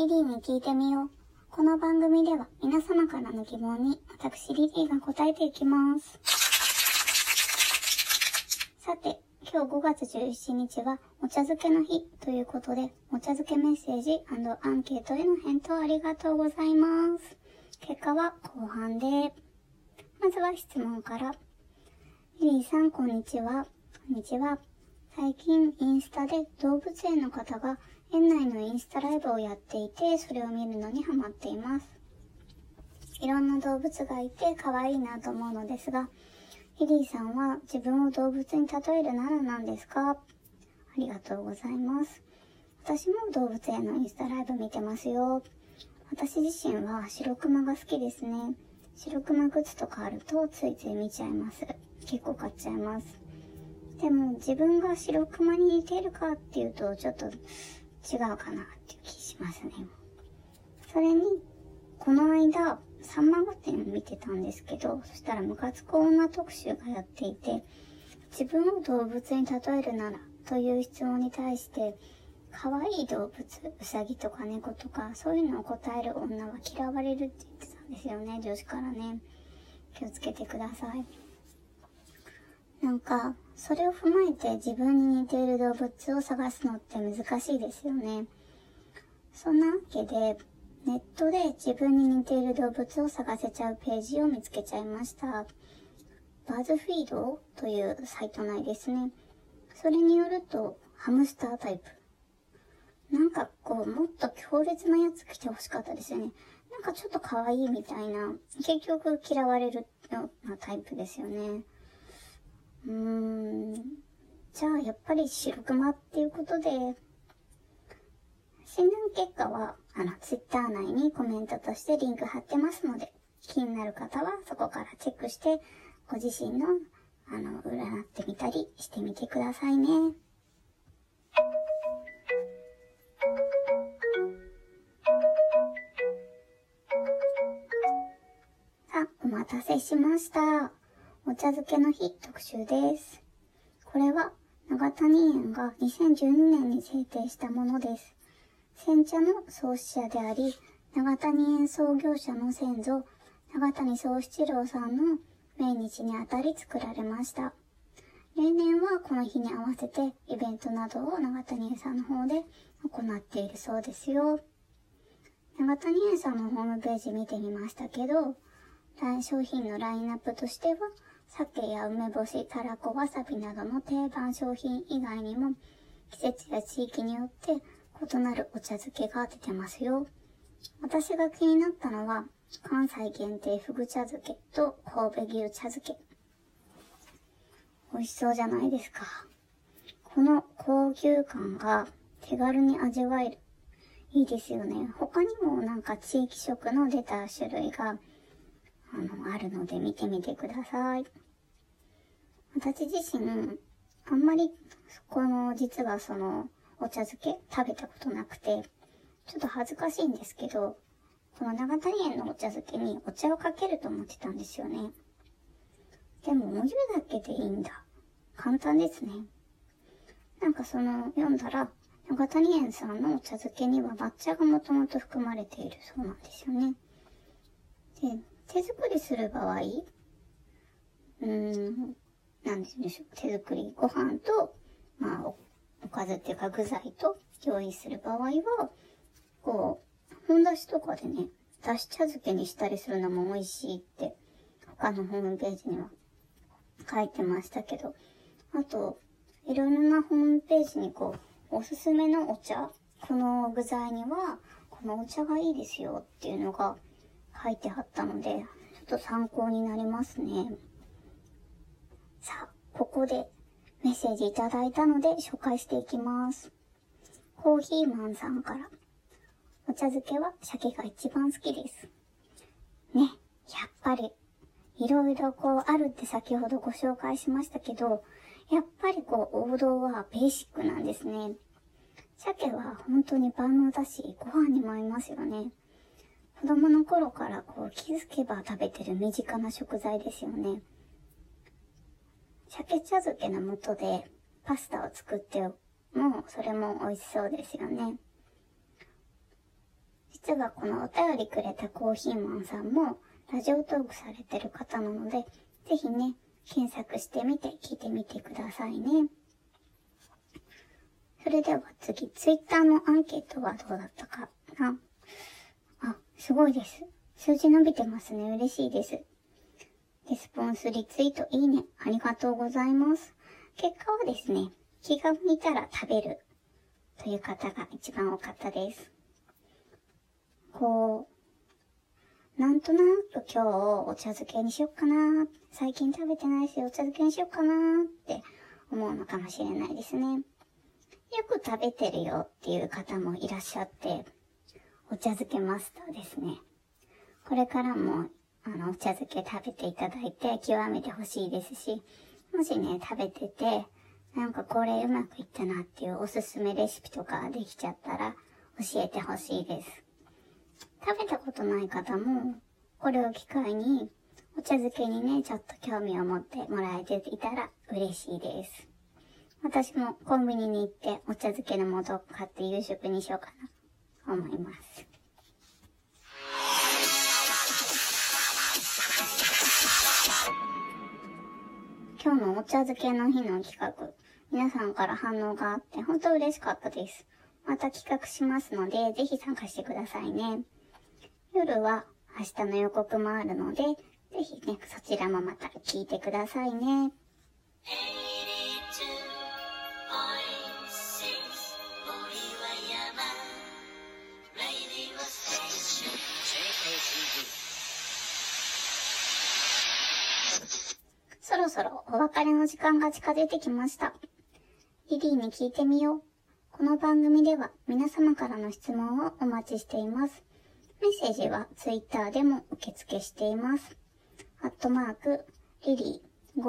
リリーに聞いてみよう。この番組では皆様からの疑問に私リリーが答えていきます。さて、今日5月17日はお茶漬けの日ということで、お茶漬けメッセージ&アンケートへの返答ありがとうございます。結果は後半で。まずは質問から。リリーさん、こんにちは。こんにちは。最近インスタで動物園の方が園内のインスタライブをやっていて、それを見るのにハマっています。いろんな動物がいて可愛いなと思うのですが、リリーさんは自分を動物に例えるなら何ですか？ありがとうございます。私も動物園のインスタライブ見てますよ。私自身は白クマが好きですね。白クマグッズとかあるとついつい見ちゃいます。結構買っちゃいます。でも自分が白クマに似てるかっていうとちょっと違うかなっていう気しますね。それに、この間、さんま御殿見てたんですけど、そしたらムカつく女特集がやっていて、自分を動物に例えるならという質問に対して、可愛い動物、ウサギとか猫とか、そういうのを答える女は嫌われるって言ってたんですよね、女子からね。気をつけてください。なんか、それを踏まえて自分に似ている動物を探すのって難しいですよね。そんなわけで、ネットで自分に似ている動物を探せちゃうページを見つけちゃいました。バズフィードというサイト内ですね。それによると、ハムスタータイプ。なんかもっと強烈なやつ来てほしかったですよね。なんかちょっと可愛いみたいな、結局嫌われるようなタイプですよね。じゃあやっぱり白クマっていうことで、診断結果はツイッター内にコメントとしてリンク貼ってますので、気になる方はそこからチェックして、ご自身の占ってみたりしてみてくださいね。さあ、お待たせしました。お茶漬けの日特集です。これは長谷園が2012年に制定したものです。煎茶の創始者であり、長谷園創業者の先祖、長谷宗七郎さんの命日にあたり作られました。例年はこの日に合わせてイベントなどを長谷園さんの方で行っているそうですよ。長谷園さんのホームページ見てみましたけど、商品のラインナップとしては、鮭や梅干し、たらこ、わさびなどの定番商品以外にも、季節や地域によって異なるお茶漬けが出てますよ。私が気になったのは、関西限定ふぐ茶漬けと神戸牛茶漬け。美味しそうじゃないですか。この高級感が手軽に味わえる。いいですよね。他にもなんか地域食の出た種類があるので見てみてください。私自身、あんまり実はお茶漬け食べたことなくて、ちょっと恥ずかしいんですけど、この長谷園のお茶漬けにお茶をかけると思ってたんですよね。でもお湯だけでいいんだ。簡単ですね。なんか読んだら、長谷園さんのお茶漬けには抹茶がもともと含まれているそうなんですよね。で、手作りする場合、なんでしょう、手作りご飯と、おかずっていうか具材と用意する場合は、本だしとかでね、だし茶漬けにしたりするのも美味しいって、他のホームページには書いてましたけど、あと、いろいろなホームページにおすすめのお茶、この具材には、このお茶がいいですよっていうのが書いてあったので、ちょっと参考になりますね。さあ、ここでメッセージいただいたので紹介していきます。コーヒーマンさんから。お茶漬けは鮭が一番好きです。ね、やっぱり、いろいろあるって先ほどご紹介しましたけど、やっぱり王道はベーシックなんですね。鮭は本当に万能だし、ご飯にも合いますよね。子供の頃から気づけば食べてる身近な食材ですよね。鮭茶漬けの素でパスタを作っても、それも美味しそうですよね。 実はこのお便りくれたコーヒーマンさんもラジオトークされてる方なので、ぜひね、検索してみて聞いてみてくださいね。それでは次、ツイッターのアンケートはどうだったかな。すごいです。数字伸びてますね。嬉しいです。レスポンス、リツイート、いいね。ありがとうございます。結果はですね、気が向いたら食べるという方が一番多かったです。なんとなく今日お茶漬けにしよっかな。最近食べてないしお茶漬けにしよっかなって思うのかもしれないですね。よく食べてるよっていう方もいらっしゃって、お茶漬けマスターですね。これからもお茶漬け食べていただいて極めてほしいですし、もしね、食べてて、なんかこれうまくいったなっていうおすすめレシピとかできちゃったら教えてほしいです。食べたことない方も、これを機会にお茶漬けにね、ちょっと興味を持ってもらえていたら嬉しいです。私もコンビニに行ってお茶漬けの素を買って夕食にしようかなと思います。今日のお茶漬けの日の企画、皆さんから反応があって本当嬉しかったです。また企画しますので、ぜひ参加してくださいね。夜は明日の予告もあるので、ぜひね、そちらもまた聞いてくださいね。そろそろお別れの時間が近づいてきました。リリーに聞いてみよう。この番組では皆様からの質問をお待ちしています。メッセージはツイッターでも受付しています。リリー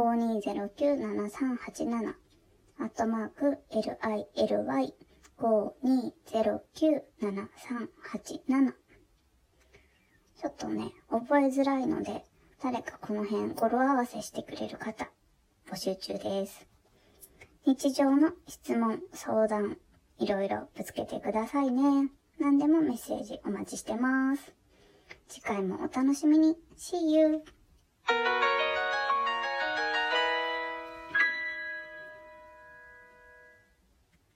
52097387LILY52097387。ちょっとね、覚えづらいので、誰かこの辺語呂合わせしてくれる方、募集中です。日常の質問、相談、いろいろぶつけてくださいね。何でもメッセージお待ちしてます。次回もお楽しみに。See you!